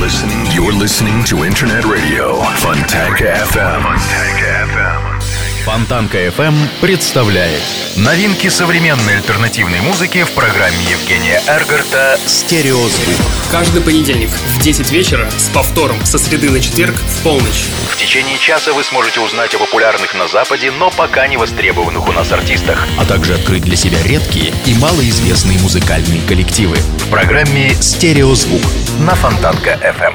You're listening to Internet Radio Fontanka FM. Фонтанка FM представляет новинки современной альтернативной музыки в программе Евгения Эргарта «Стереозвук». Каждый понедельник в 10 вечера с повтором со среды на четверг в полночь. В течение часа вы сможете узнать о популярных на Западе, но пока не востребованных у нас артистах, а также открыть для себя редкие и малоизвестные музыкальные коллективы в программе «Стереозвук» на Фонтанка FM.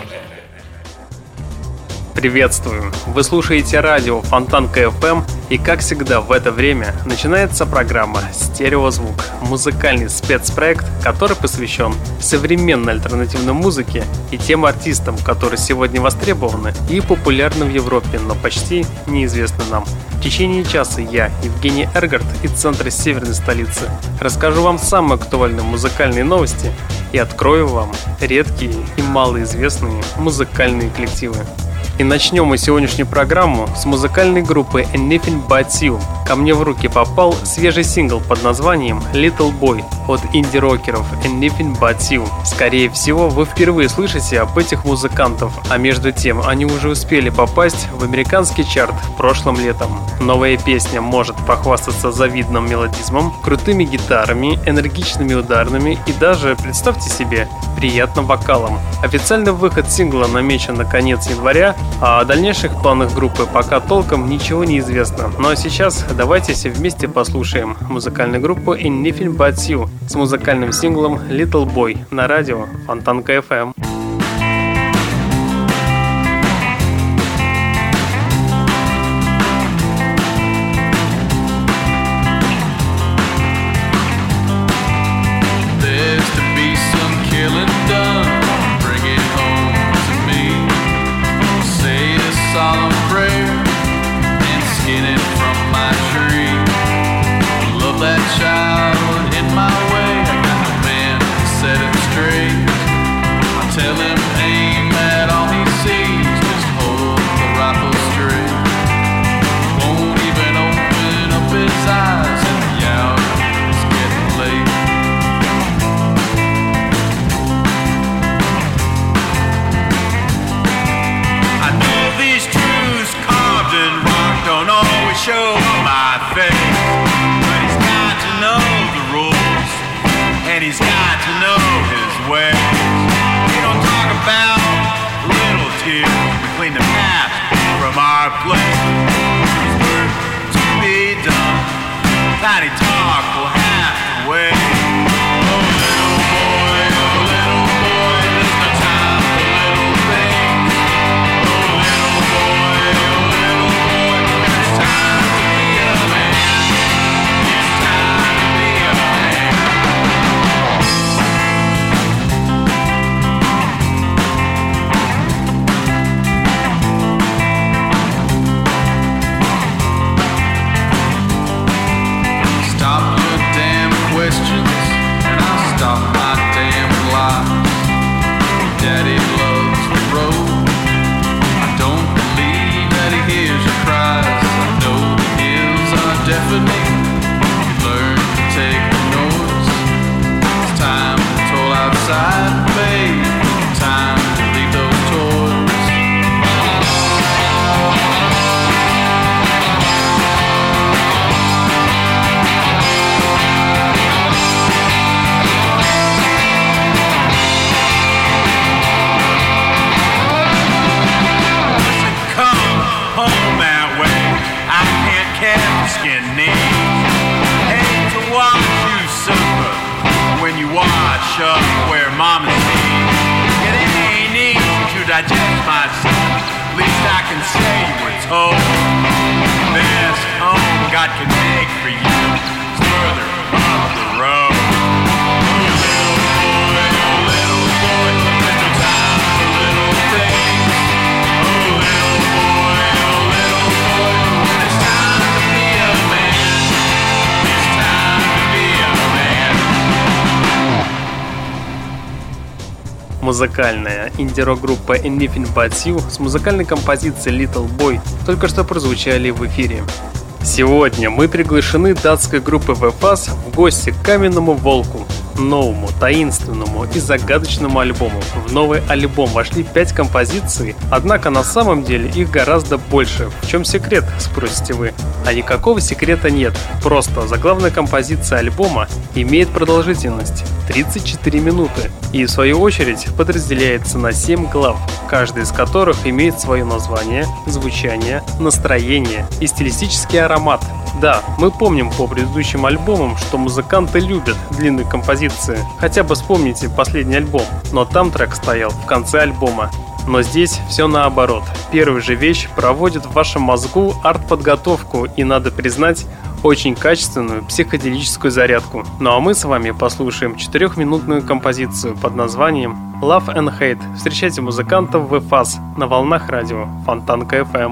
Приветствую! Вы слушаете радио Фонтанка FM, и как всегда в это время начинается программа «Стереозвук», музыкальный спецпроект, который посвящен современной альтернативной музыке и тем артистам, которые сегодня востребованы и популярны в Европе, но почти неизвестны нам. В течение часа я, Евгений Эргарт, из центра северной столицы, расскажу вам самые актуальные музыкальные новости и открою вам редкие и малоизвестные музыкальные коллективы. И начнем мы сегодняшнюю программу с музыкальной группы Anything But You. Ко мне в руки попал свежий сингл под названием Little Boy от инди-рокеров Anything But You. Скорее всего, вы впервые слышите об этих музыкантов, а между тем они уже успели попасть в американский чарт прошлым летом. Новая песня может похвастаться завидным мелодизмом, крутыми гитарами, энергичными ударными и даже, представьте себе, приятным вокалом. Официальный выход сингла намечен на конец января, а о дальнейших планах группы пока толком ничего не известно. Ну а сейчас давайте все вместе послушаем музыкальную группу Anything But You с музыкальным синглом Little Boy на радио Фонтанка FM. Музыкальная инди-рок-группа Anything But You с музыкальной композицией Little Boy только что прозвучали в эфире. Сегодня мы приглашены датской группой The Fuzz в гости к Каменному Волку. новому, таинственному и загадочному альбому. В новый альбом вошли 5 композиций, однако на самом деле их гораздо больше. В чем секрет, спросите вы? А никакого секрета нет. Просто заглавная композиция альбома имеет продолжительность 34 минуты и в свою очередь подразделяется на 7 глав, каждая из которых имеет свое название, звучание, настроение и стилистический аромат. Да, мы помним по предыдущим альбомам, что музыканты любят длинные композиции. Хотя бы вспомните последний альбом, но там трек стоял в конце альбома. Но здесь все наоборот. Первая же вещь проводит в вашем мозгу арт-подготовку и, надо признать, очень качественную психоделическую зарядку. Ну а мы с вами послушаем 4-минутную композицию под названием Love and Hate. Встречайте музыкантов в ФАС на волнах радио Фонтанка FM.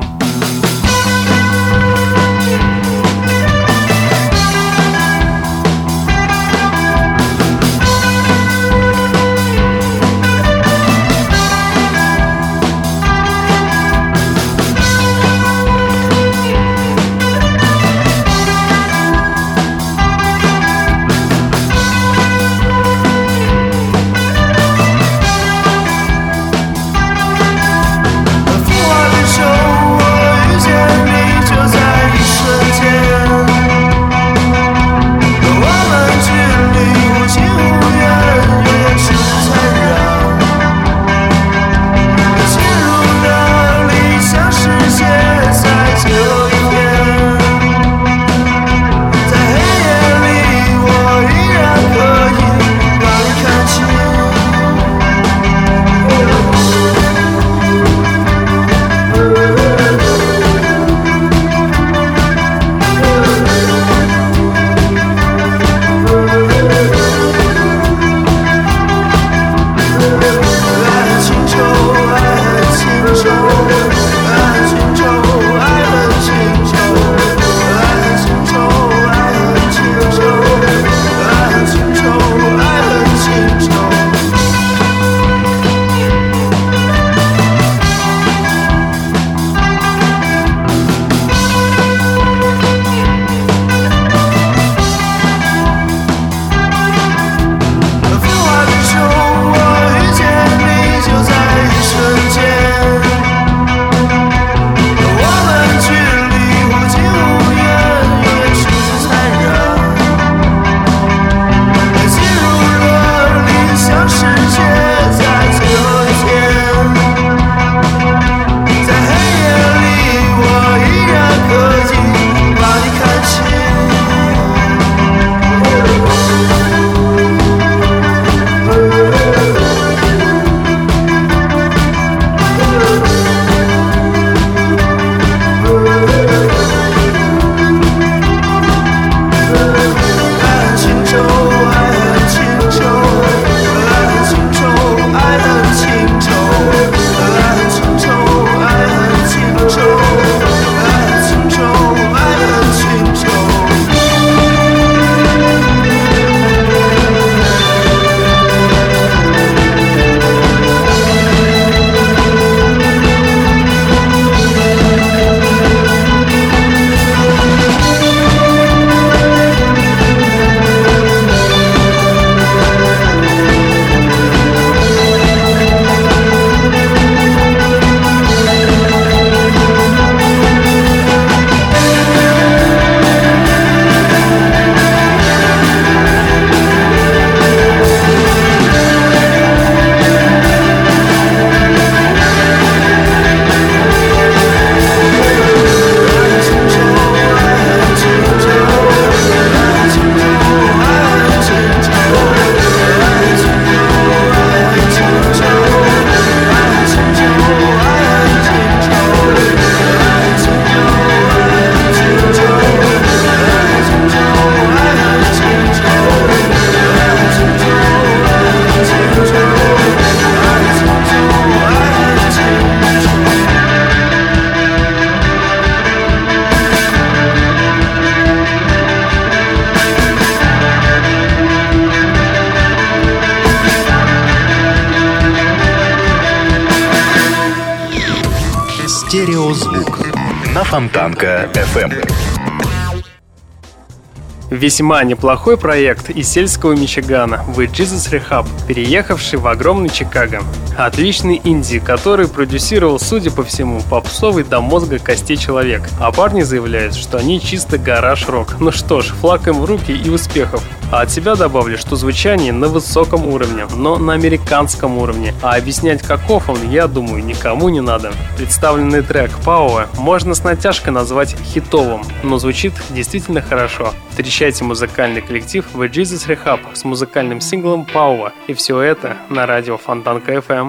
Стереозвук на Фонтанка FM. Весьма неплохой проект из сельского Мичигана «With Jesus Rehab», переехавший в огромный Чикаго. Отличный инди, который продюсировал, судя по всему, попсовый до мозга костей человек. А парни заявляют, что они чисто гараж-рок. Ну что ж, флаг им в руки и успехов. А от себя добавлю, что звучание на высоком уровне, но на американском уровне. А объяснять, каков он, я думаю, никому не надо. Представленный трек «Power» можно с натяжкой назвать хитовым, но звучит действительно хорошо. Встречайте музыкальный коллектив With Jesus Rehab с музыкальным синглом «Power». И все это на радио Фонтанка FM.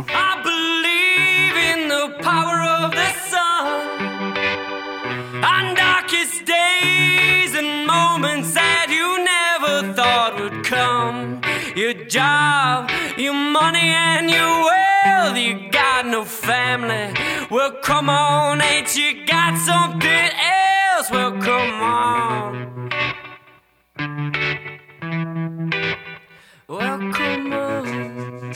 Your job, your money and your wealth. You got no family. Well, come on, ain't you got something else? Well, come on. Well, come on.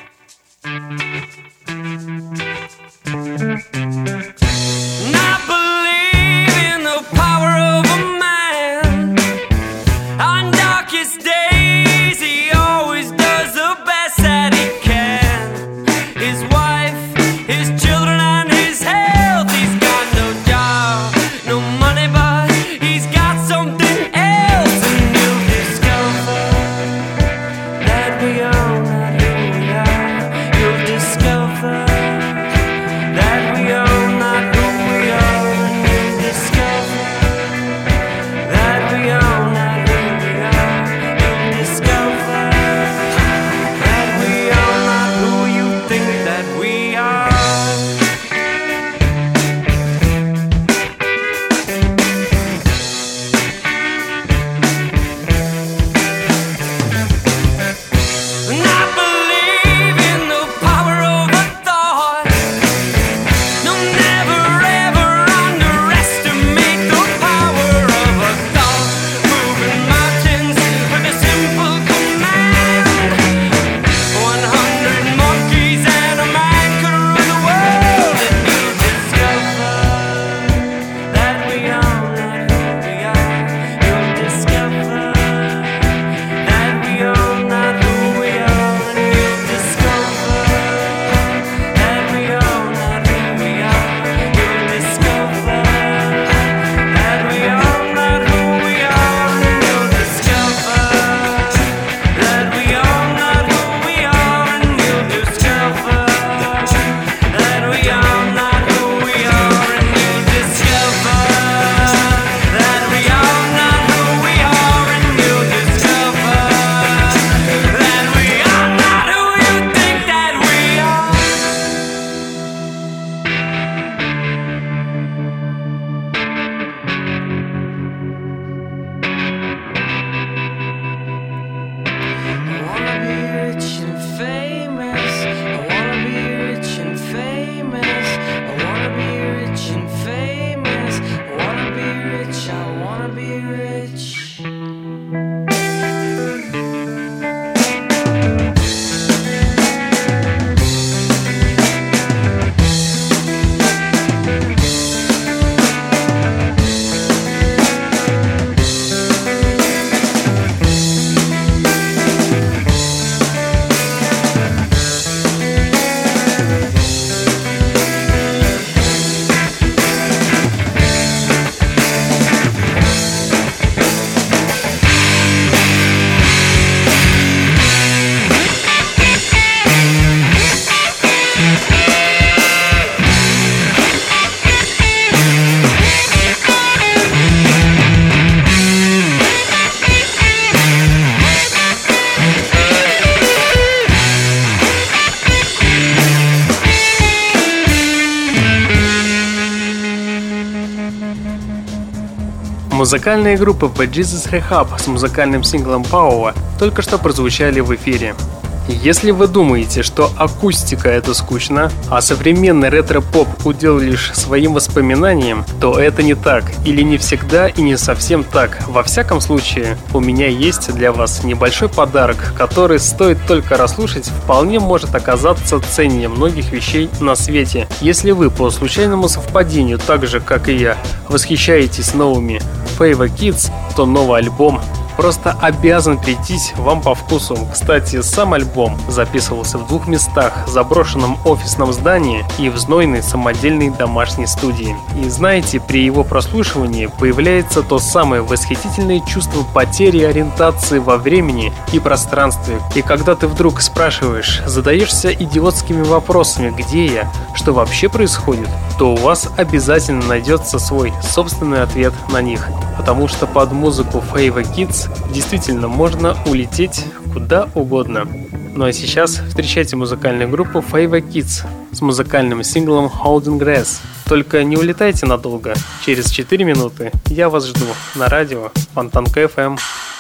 And I believe in the power of a man. On darkest days, Музыкальные группы With Jesus Rehab с музыкальным синглом Power только что прозвучали в эфире. Если вы думаете, что акустика — это скучно, а современный ретро-поп удел лишь своим воспоминаниям, то это не так, или не всегда и не совсем так. Во всяком случае, у меня есть для вас небольшой подарок, который, стоит только расслушать, вполне может оказаться ценнее многих вещей на свете. Если вы по случайному совпадению, так же как и я, восхищаетесь новыми Fava Kids то новый альбом просто обязан прийтись вам по вкусу. Кстати, сам альбом записывался в 2 местах: заброшенном офисном здании и в знойной самодельной домашней студии. И знаете, при его прослушивании появляется то самое восхитительное чувство потери ориентации во времени и пространстве. И когда ты вдруг спрашиваешь, задаешься идиотскими вопросами, где я, что вообще происходит, то у вас обязательно найдется свой собственный ответ на них. Потому что под музыку Fava Kids действительно можно улететь куда угодно. Ну а сейчас встречайте музыкальную группу Fava Kids с музыкальным синглом Holding Grass. Только не улетайте надолго. Через 4 минуты я вас жду на радио Фонтанка FM.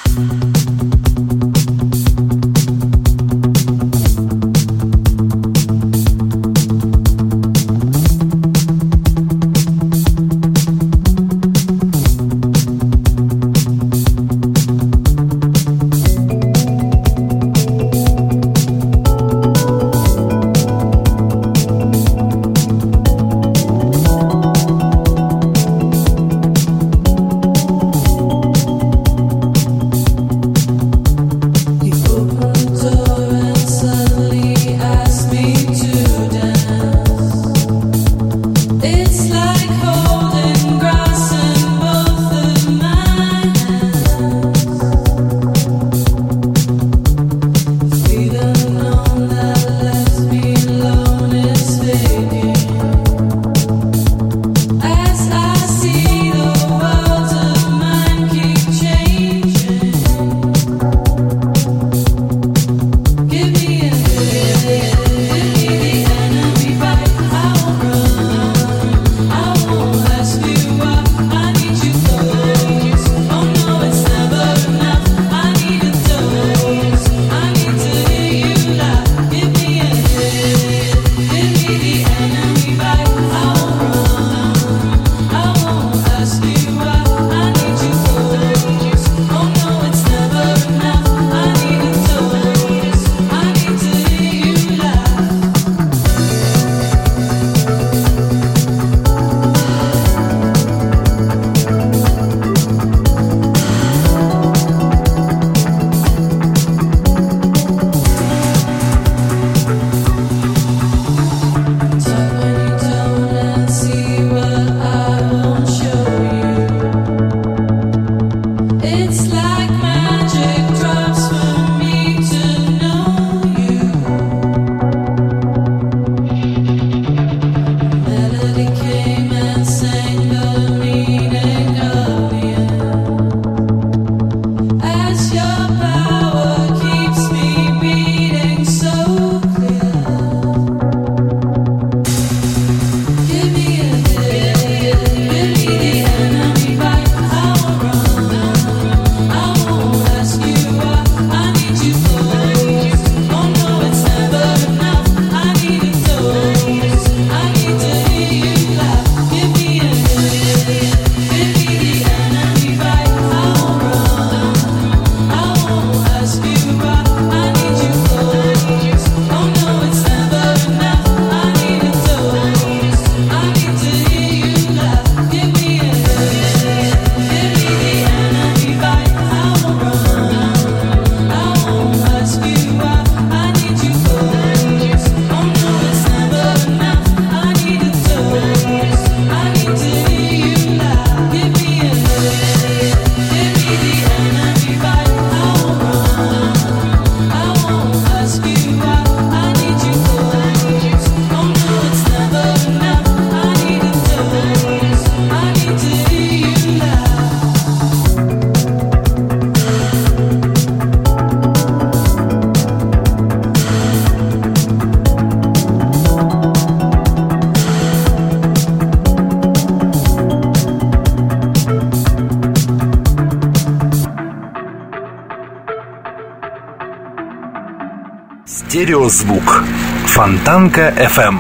Стереозвук. Фонтанка FM.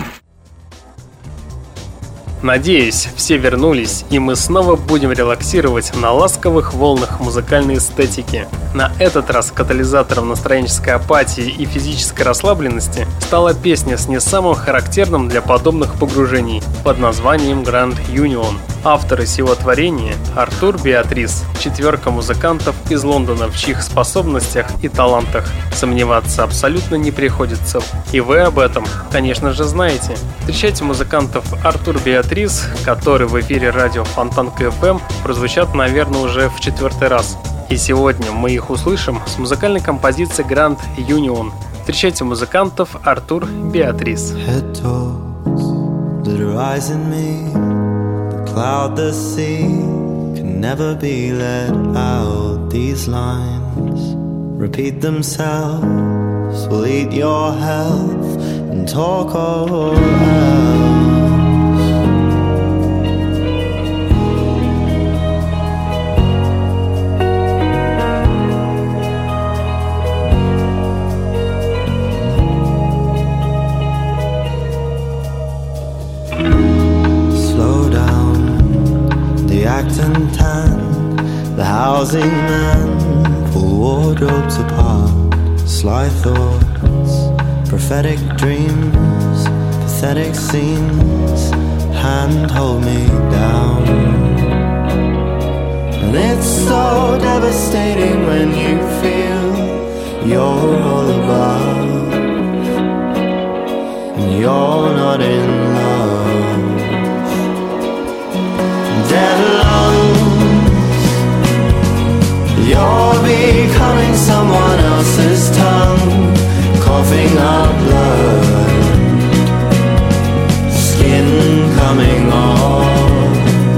Надеюсь, все вернулись, и мы снова будем релаксировать на ласковых волнах музыкальной эстетики. На этот раз катализатором настроенческой апатии и физической расслабленности стала песня с не самым характерным для подобных погружений под названием Grand Union. Авторы сего творения – Артур Беатрис, четверка музыкантов из Лондона, в чьих способностях и талантах сомневаться абсолютно не приходится. И вы об этом, конечно же, знаете. Встречайте музыкантов Артур Беатрис, которые в эфире радио Фонтанка FM прозвучат, наверное, уже в 4-й раз. И сегодня мы их услышим с музыкальной композицией Grand Union. Встречайте музыкантов Артур Беатрис. Cloud the sea can never be let out. These lines repeat themselves. Will eat your health and talk all else. And tan, the housing man, pull wardrobes apart, sly thoughts, prophetic dreams, pathetic scenes, hand hold me down. And it's so devastating when you feel you're all above and you're not in love. Dead lungs, you're becoming someone else's tongue, coughing up blood, skin coming off.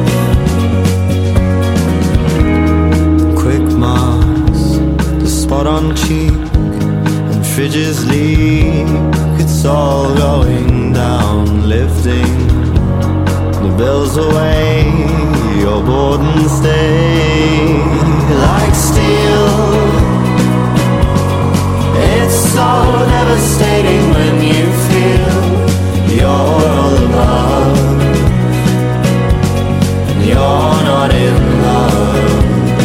Quick marks, the spot on cheek, and fridges leak. It's all going down, lifting the bills away, you're bored and stay like steel. It's so devastating when you feel you're all above and you're not in love.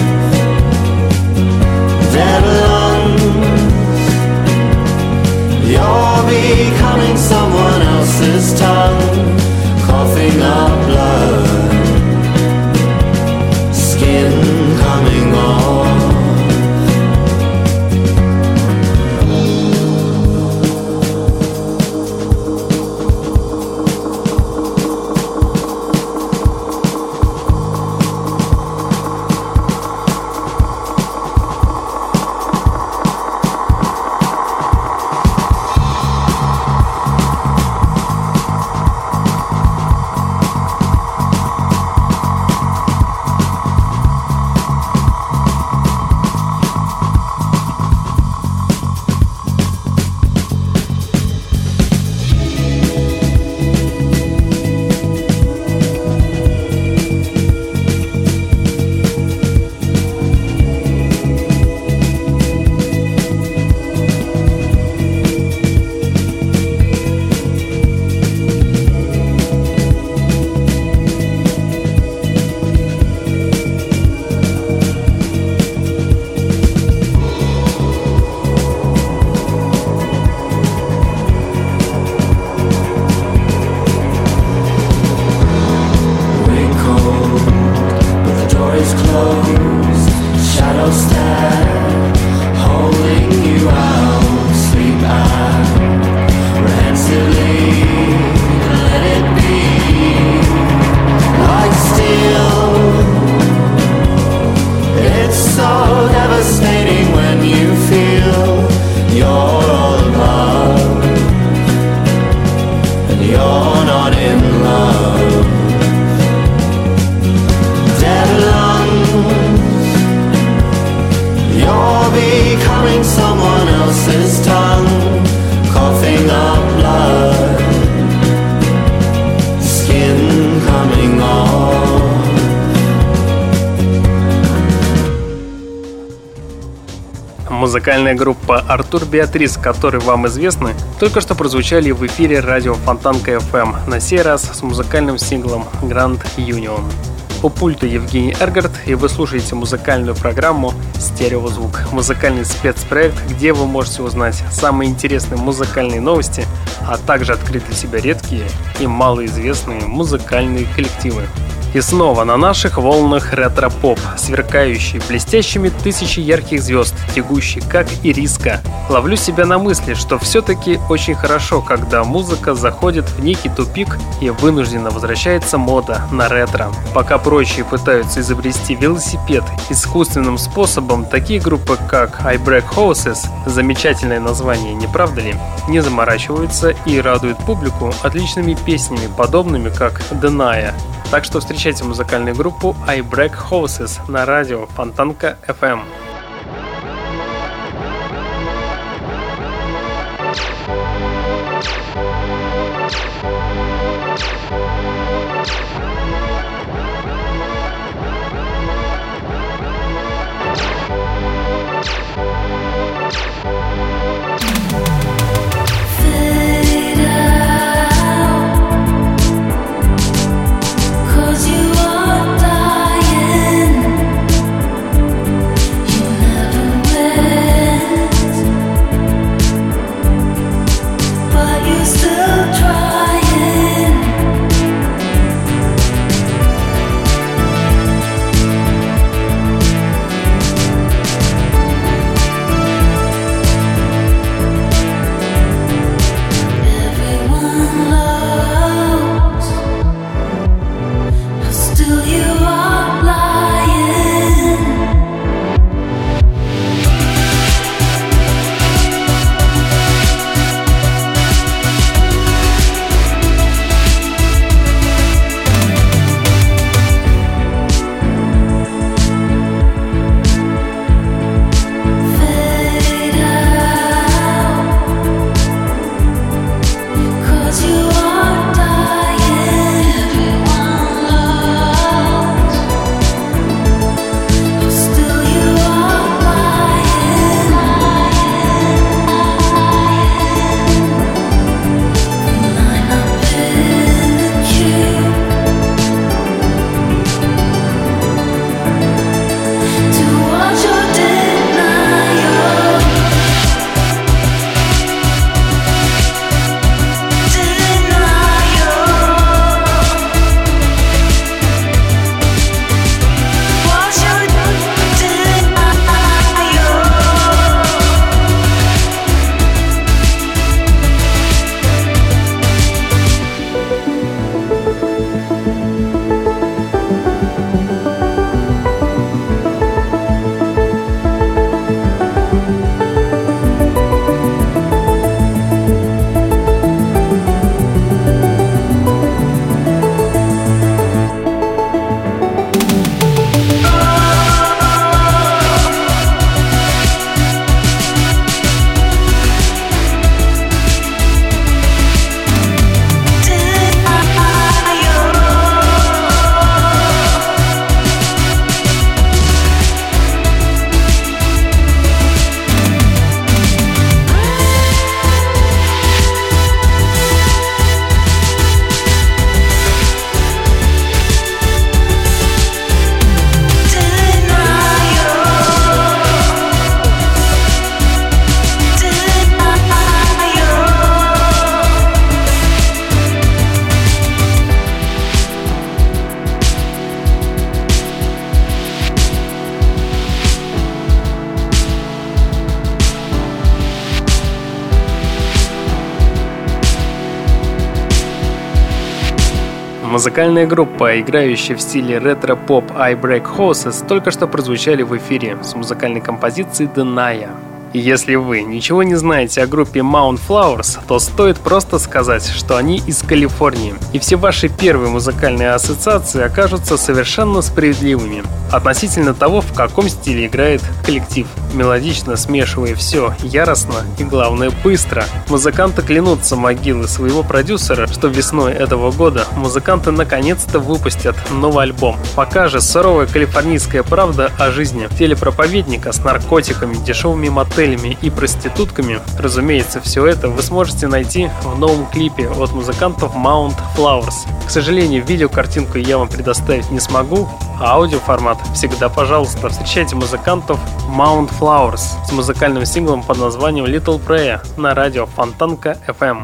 Dead lungs, you're becoming someone else's tongue, coughing up blood, skin coming off. Музыкальная группа Артур Беатрис, которые вам известны, только что прозвучали в эфире радио Фонтанка FM, на сей раз с музыкальным синглом Grand Union. У пульта Евгений Эргард, и вы слушаете музыкальную программу «Стереозвук», музыкальный спецпроект, где вы можете узнать самые интересные музыкальные новости, а также открыть для себя редкие и малоизвестные музыкальные коллективы. И снова на наших волнах ретро-поп, сверкающий, блестящими тысячи ярких звезд, тягущий, как ириска. Ловлю себя на мысли, что все-таки очень хорошо, когда музыка заходит в некий тупик и вынужденно возвращается мода на ретро. Пока прочие пытаются изобрести велосипед искусственным способом, такие группы, как I Break Houses, замечательное название, не правда ли, не заморачиваются и радуют публику отличными песнями, подобными как Denia. Так что встречайте музыкальную группу I Break Houses на радио Фонтанка FM. Музыкальная группа, играющая в стиле ретро-поп I Break Houses, только что прозвучали в эфире с музыкальной композицией Denia. И если вы ничего не знаете о группе Mount Flowers, то стоит просто сказать, что они из Калифорнии. И все ваши первые музыкальные ассоциации окажутся совершенно справедливыми относительно того, в каком стиле играет коллектив. Мелодично смешивая все яростно и, главное, быстро. Музыканты клянутся могилы своего продюсера, что весной этого года музыканты наконец-то выпустят новый альбом. Пока же суровая калифорнийская правда о жизни телепроповедника с наркотиками, дешевыми мотелями и проститутками. Разумеется, все это вы сможете найти в новом клипе от музыкантов Mount Flowers. К сожалению, видеокартинку я вам предоставить не смогу, а аудиоформат всегда пожалуйста. Встречайте музыкантов Mount Flowers с музыкальным синглом под названием Little Prayer на радио Фонтанка FM.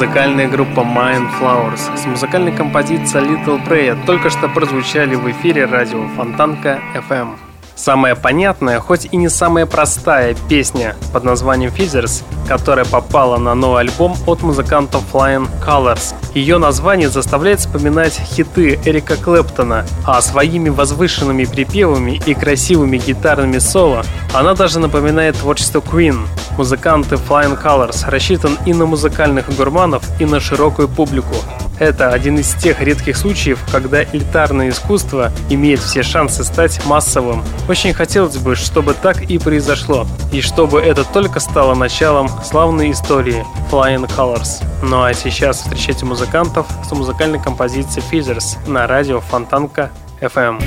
Музыкальная группа Mind Flowers с музыкальной композицией Little Prayer только что прозвучали в эфире радио Фонтанка FM. Самая понятная, хоть и не самая простая песня под названием Feathers, которая попала на новый альбом от музыкантов Flying Colours. Ее название заставляет вспоминать хиты Эрика Клэптона, а своими возвышенными припевами и красивыми гитарными соло она даже напоминает творчество Queen. Музыканты Flying Colours рассчитан и на музыкальных гурманов, и на широкую публику. Это один из тех редких случаев, когда элитарное искусство имеет все шансы стать массовым. Очень хотелось бы, чтобы так и произошло, и чтобы это только стало началом славной истории Flying Colours. Ну а сейчас встречайте музыкантов с музыкальной композицией Feathers на радио Фонтанка FM.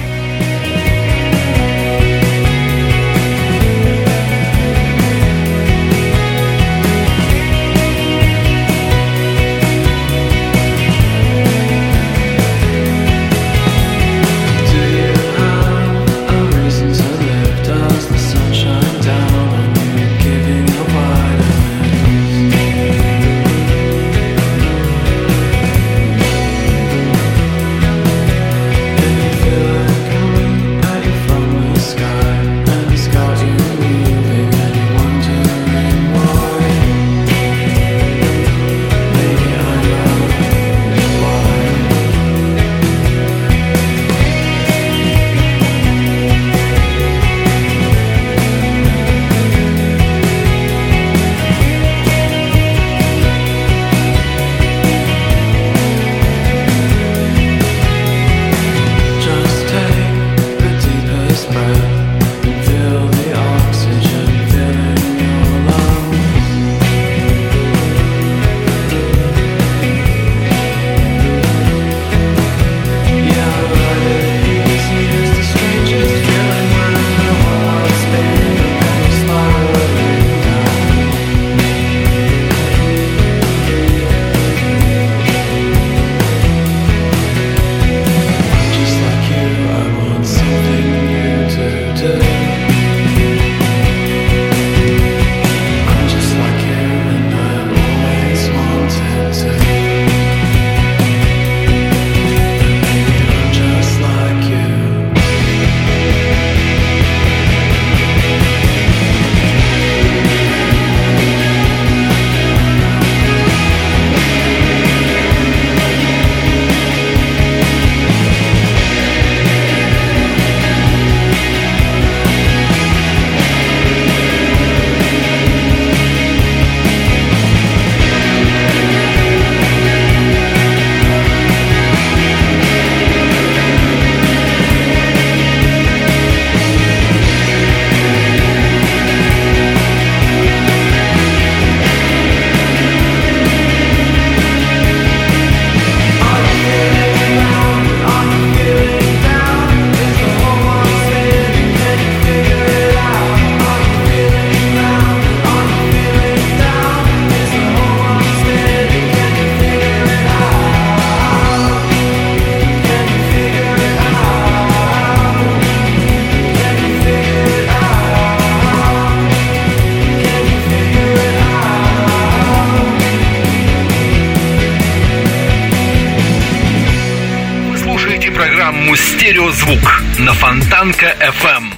Стереозвук на Фонтанка FM.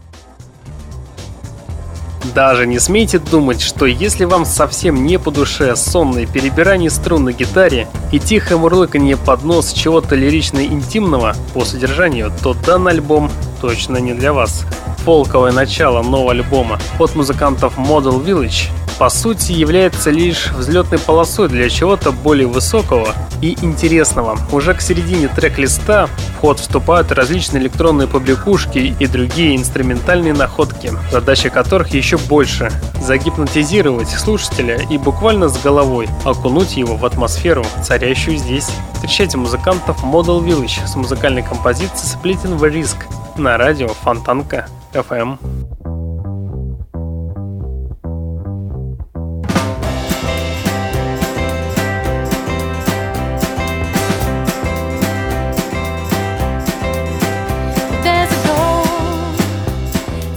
Даже не смейте думать, что если вам совсем не по душе сонное перебирание струн на гитаре и тихое мурлыканье под нос чего-то лирично-интимного по содержанию, то данный альбом точно не для вас. Фолковое начало нового альбома от музыкантов Model Village по сути является лишь взлетной полосой для чего-то более высокого и интересного. Уже к середине трек-листа в ход вступают различные электронные побрякушки и другие инструментальные находки, задача которых еще больше загипнотизировать слушателя и буквально с головой окунуть его в атмосферу, царящую здесь. Встречайте музыкантов Model Village с музыкальной композицией Splitting the Risk на радио Фонтанка FM.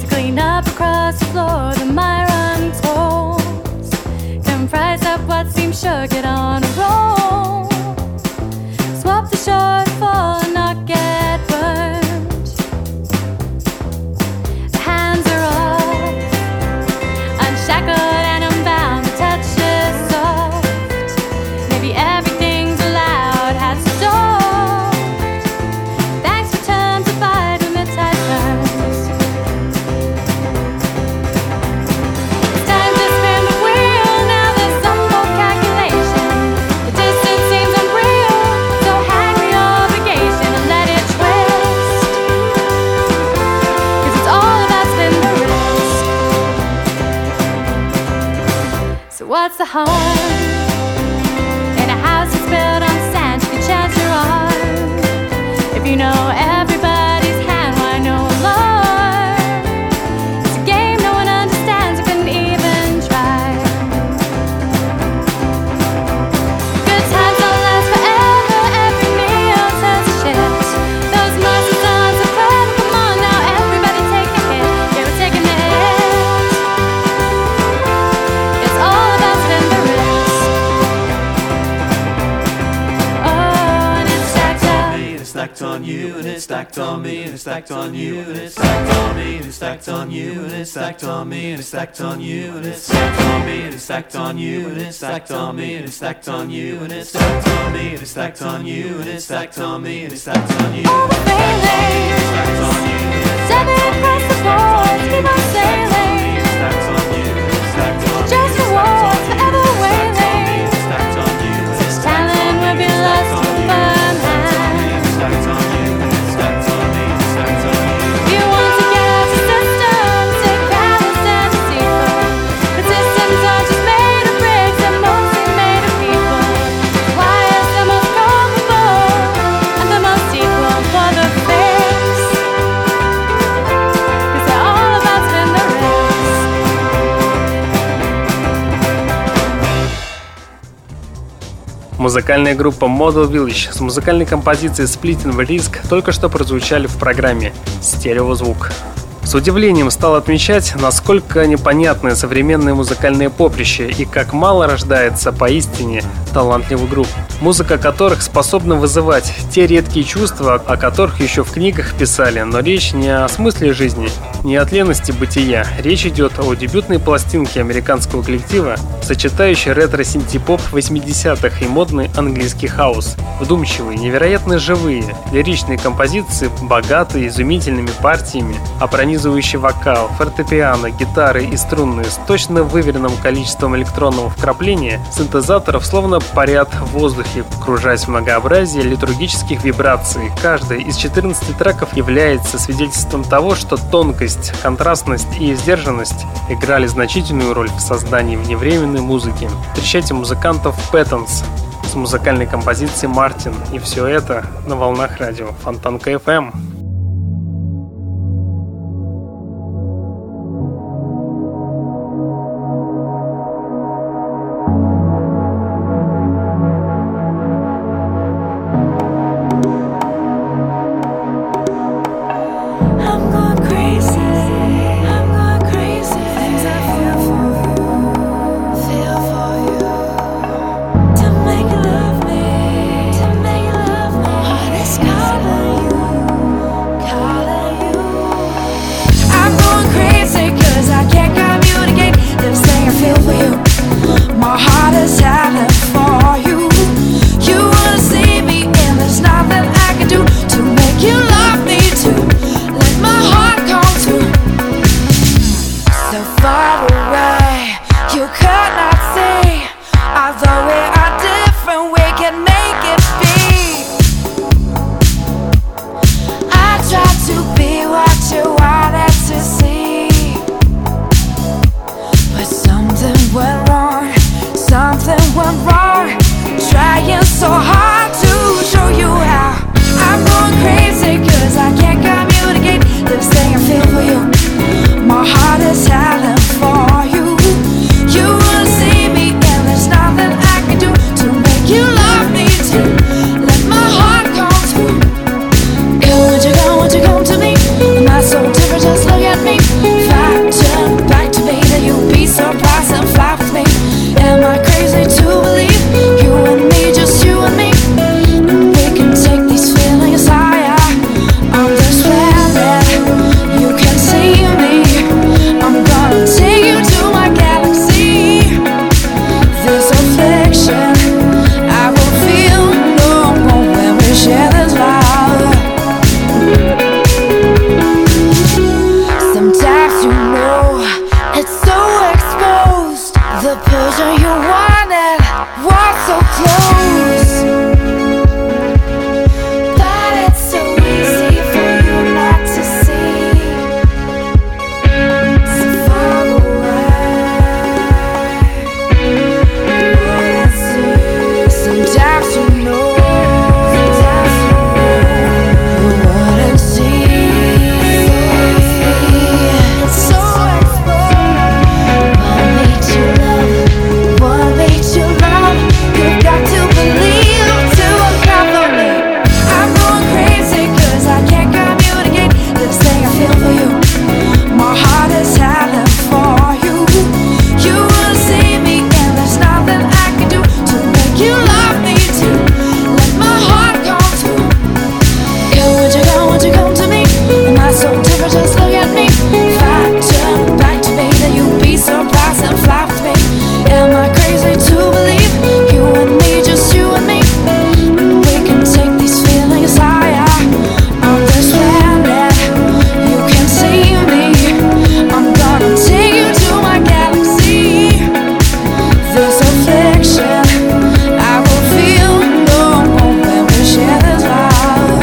Across the floor, the Myron tolls comprise of what seems sure get on a roll. Swap the shortfall and not get burned. The hands are off, unshackled and unbound. The touch is soft. Maybe everything's allowed has stalled. Thanks for terms of fight when the tide turns. It's time to spin the wheel. Now there's some more calculation. The distance seems unreal, so hang the obligation and let it twist. 'Cause it's all about spin the risk. So what's the harm in a house that's built on sand? You can chance your arm. If you know everybody's hand, why no alarm? It's a game no one understands, you couldn't even try. Good times don't last forever, every meal turns to shit. Those muscles on so clever, come on now, everybody take a hit. Yeah, we're taking the hit. It's all about spin the risk. Oh, and it's stacked up. It's stacked on you and it's stacked on me and it's stacked on you and it's stacked on me and it's stacked on you and it's stacked on me and it's stacked on you and it's stacked on me and it's stacked on you and it's stacked on me and it's stacked on you and it's stacked on me and it's stacked on you and it's stacked on me and it's stacked on you. All the failings, Stacked on you. seven across the board, keep on sailing. Stacked on you. Stacked on me. Just the walls forever wailing. Stacked on you. This talent will be lost to a firm hand. Stacked on you. Stacked on me. Stacked on you. You want to get out the system, take balance and deceiver. The systems are just made of bricks and mostly made of people. Why is the most probable and the most equal for the fix? 'Cause they're all about spin the risk. Музыкальная группа Model Village с музыкальной композицией Splitting the Risk только что прозвучали в программе «Стереозвук». С удивлением стал отмечать, насколько непонятное современное музыкальное поприще и как мало рождается поистине талантливых групп, музыка которых способна вызывать те редкие чувства, о которых еще в книгах писали, но речь не о смысле жизни, не о тленности бытия. Речь идет о дебютной пластинке американского коллектива, сочетающей ретро-синти-поп 80-х и модный английский хаус. Вдумчивые, невероятно живые, лиричные композиции, богатые изумительными партиями, а пронизывающий вокал, фортепиано, гитары и струнные с точно выверенным количеством электронного вкрапления, синтезаторов словно парят в воздухе, кружась в многообразии литургических вибраций. Каждый из 14 треков является свидетельством того, что тонкость, контрастность и сдержанность играли значительную роль в создании вневременной музыки. Встречайте музыкантов Patents с музыкальной композицией «Мартин». И все это на волнах радио Фонтанка FM. I'm going crazy. I'm going crazy. Things I feel for you. To make you love me, to make you love me. I discover you. but just look at me. If I turn back to baby, you'll be surprised and fly with me. Am I crazy to believe you and me, just you and me? And we can take these feelings higher. I'm this planet, you can see me. I'm gonna take you to my galaxy. This affliction I will feel no more when we share this love.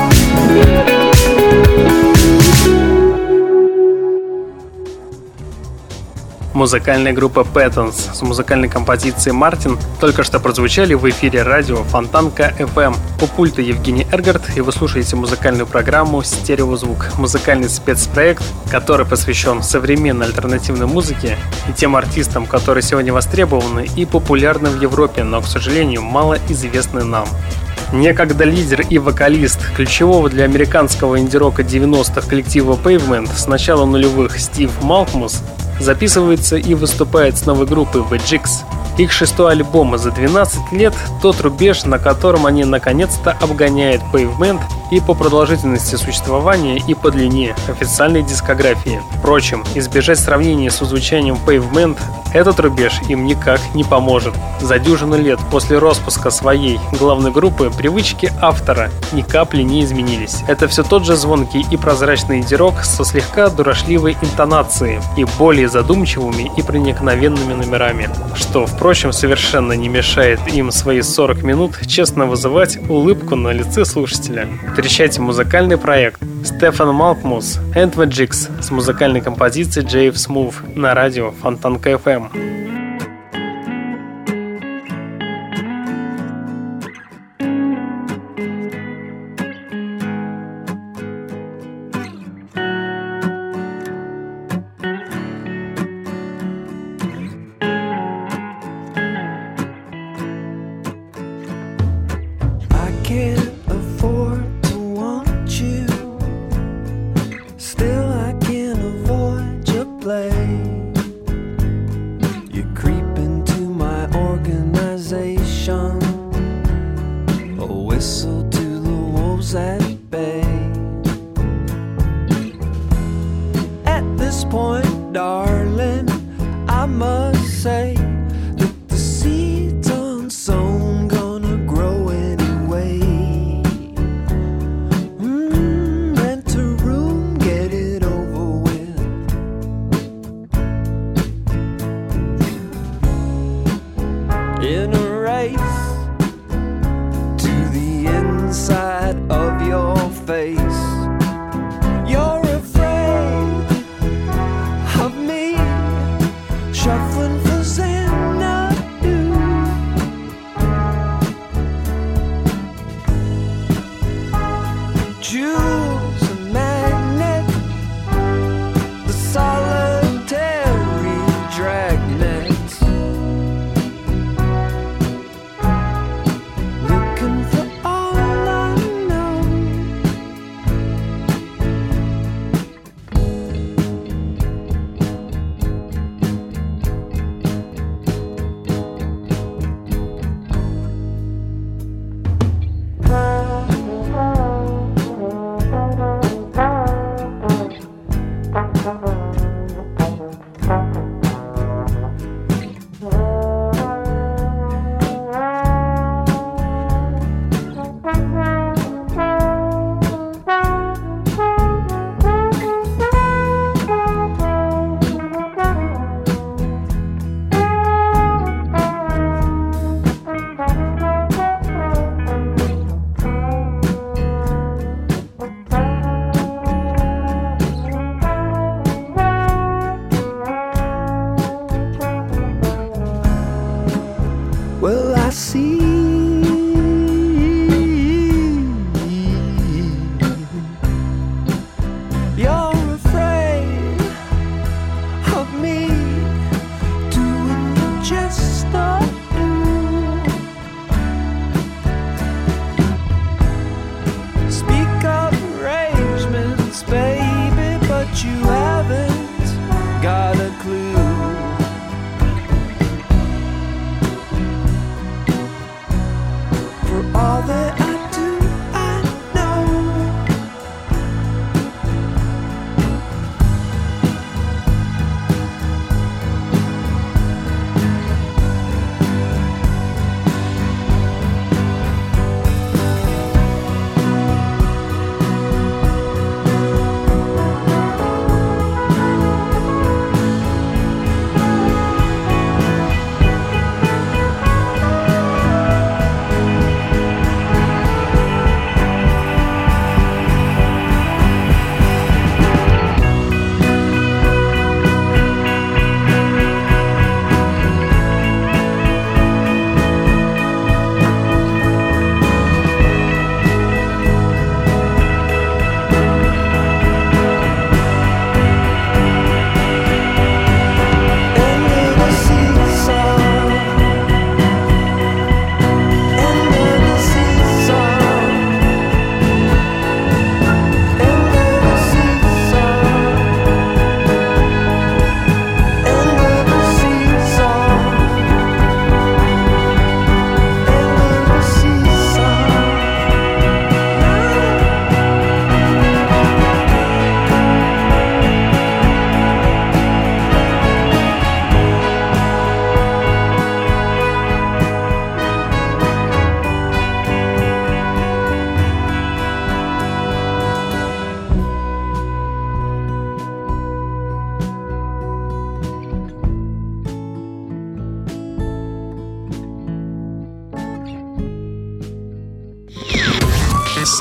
Музыкальная группа Patents с музыкальной композицией «Мартин» только что прозвучали в эфире радио Фонтанка FM. У пульта Евгений Эргард, и вы слушаете музыкальную программу «Стереозвук», музыкальный спецпроект, который посвящен современной альтернативной музыке и тем артистам, которые сегодня востребованы и популярны в Европе, но, к сожалению, мало известны нам. Некогда лидер и вокалист ключевого для американского инди-рока 90-х коллектива Pavement с начала нулевых Стив Малкмус записывается и выступает с новой группой The Jigs. Их 6-й альбом за 12 лет – тот рубеж, на котором они наконец-то обгоняют Pavement и по продолжительности существования, и по длине официальной дискографии. Впрочем, избежать сравнения с звучанием Pavement этот рубеж им никак не поможет. За дюжину лет после распуска своей главной группы привычки автора ни капли не изменились. Это все тот же звонкий и прозрачный инди-рок со слегка дурашливой интонацией и более задумчивыми и проникновенными номерами, что, впрочем, совершенно не мешает им свои 40 минут честно вызывать улыбку на лице слушателя. Встречайте музыкальный проект Стефан Малкмус and the Jigs с музыкальной композицией Jave Smooth на радио Фонтанка FM.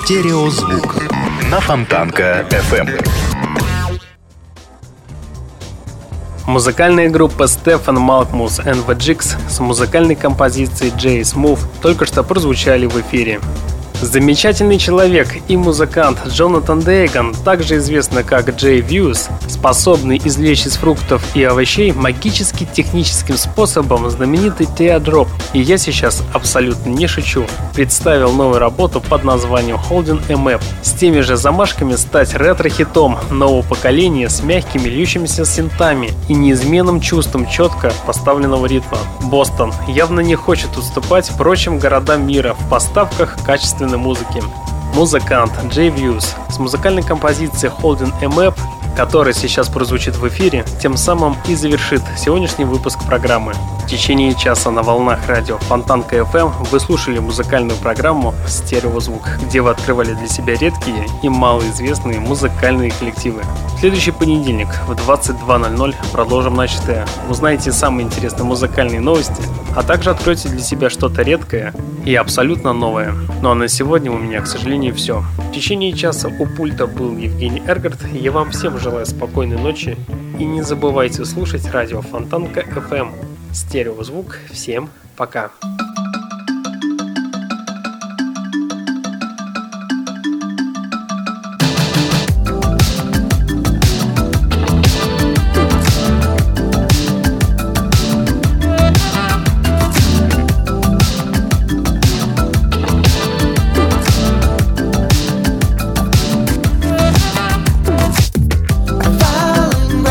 Стереозвук на Фонтанка FM. Музыкальная группа Stefan Malkmus and the Jigs с музыкальной композицией J Smooth только что прозвучали в эфире. Замечательный человек и музыкант Джонатан Дейган, также известный как J Views, способный извлечь из фруктов и овощей магически техническим способом знаменитый Teardrop. И я сейчас абсолютно не шучу. Представил новую работу под названием Holding a Map с теми же замашками стать ретро-хитом нового поколения с мягкими льющимися синтами и неизменным чувством четко поставленного ритма. Бостон явно не хочет уступать прочим городам мира в поставках качественной музыки. Музыкант J Views с музыкальной композицией Holding a Map, которая сейчас прозвучит в эфире, тем самым и завершит сегодняшний выпуск программы. В течение часа на волнах радио Фонтанка FM вы слушали музыкальную программу «Стереозвук», где вы открывали для себя редкие и малоизвестные музыкальные коллективы. В следующий понедельник в 22:00 продолжим начатое. Узнаете самые интересные музыкальные новости, а также откройте для себя что-то редкое и абсолютно новое. Ну а на сегодня у меня, к сожалению, все. В течение часа у пульта был Евгений Эргард. Я вам всем желаю спокойной ночи и не забывайте слушать радио Фонтанка FM. Стереозвук. Всем пока.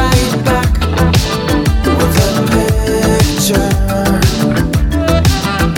Picture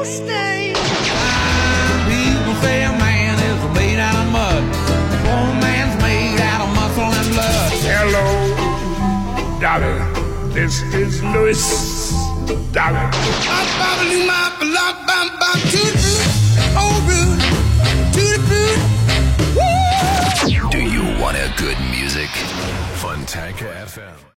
stain. People say a man is made out of mud. A woman man's made out of muscle and blood. Hello, Dolly. This is Louis. Dolly. Do you want a good music? Fontanka FM.